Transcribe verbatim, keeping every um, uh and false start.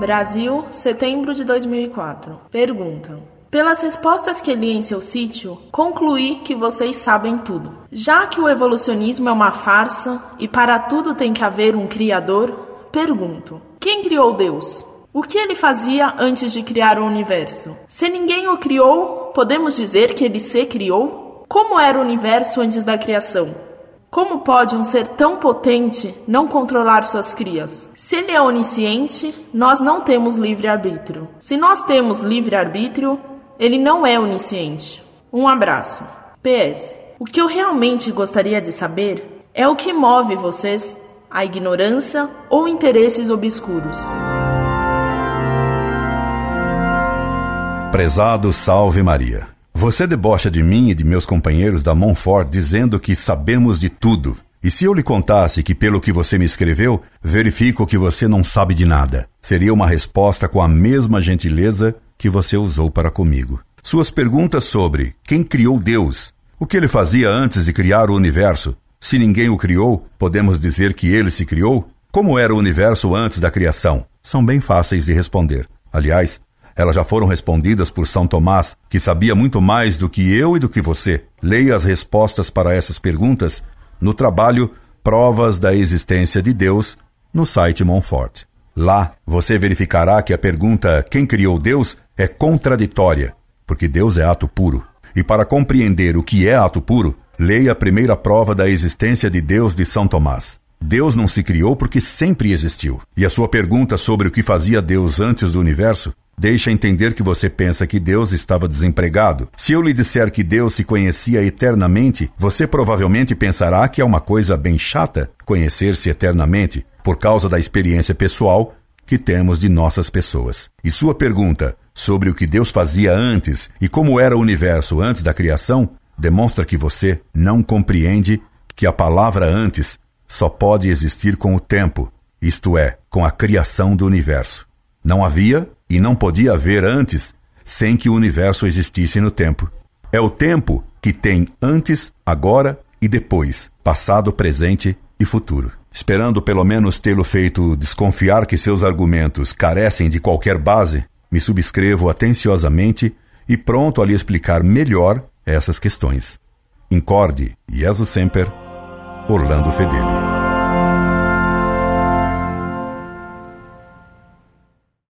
Brasil, setembro de dois mil e quatro. Pergunta: pelas respostas que li em seu sítio, concluí que vocês sabem tudo. Já que o evolucionismo é uma farsa e para tudo tem que haver um criador, pergunto: quem criou Deus? O que ele fazia antes de criar o universo? Se ninguém o criou, podemos dizer que ele se criou? Como era o universo antes da criação? Como pode um ser tão potente não controlar suas crias? Se ele é onisciente, nós não temos livre-arbítrio. Se nós temos livre-arbítrio, ele não é onisciente. Um abraço. P S. O que eu realmente gostaria de saber é o que move vocês, a ignorância ou interesses obscuros. Prezado Salve Maria, você debocha de mim e de meus companheiros da Montfort dizendo que sabemos de tudo. E se eu lhe contasse que pelo que você me escreveu, verifico que você não sabe de nada? Seria uma resposta com a mesma gentileza que você usou para comigo. Suas perguntas sobre quem criou Deus, o que ele fazia antes de criar o universo, se ninguém o criou, podemos dizer que ele se criou? Como era o universo antes da criação? São bem fáceis de responder. Aliás, elas já foram respondidas por São Tomás, que sabia muito mais do que eu e do que você. Leia as respostas para essas perguntas no trabalho Provas da Existência de Deus, no site Montfort. Lá, você verificará que a pergunta quem criou Deus é contraditória, porque Deus é ato puro. E para compreender o que é ato puro, leia a primeira prova da existência de Deus de São Tomás. Deus não se criou porque sempre existiu. E a sua pergunta sobre o que fazia Deus antes do universo deixa entender que você pensa que Deus estava desempregado. Se eu lhe disser que Deus se conhecia eternamente, você provavelmente pensará que é uma coisa bem chata conhecer-se eternamente, por causa da experiência pessoal que temos de nossas pessoas. E sua pergunta sobre o que Deus fazia antes e como era o universo antes da criação demonstra que você não compreende que a palavra antes só pode existir com o tempo, isto é, com a criação do universo. Não havia e não podia haver antes sem que o universo existisse no tempo. É o tempo que tem antes, agora e depois, passado, presente e futuro. Esperando pelo menos tê-lo feito desconfiar que seus argumentos carecem de qualquer base, me subscrevo atenciosamente e pronto a lhe explicar melhor essas questões. Incorde, Jesus Semper, Orlando Fedeli.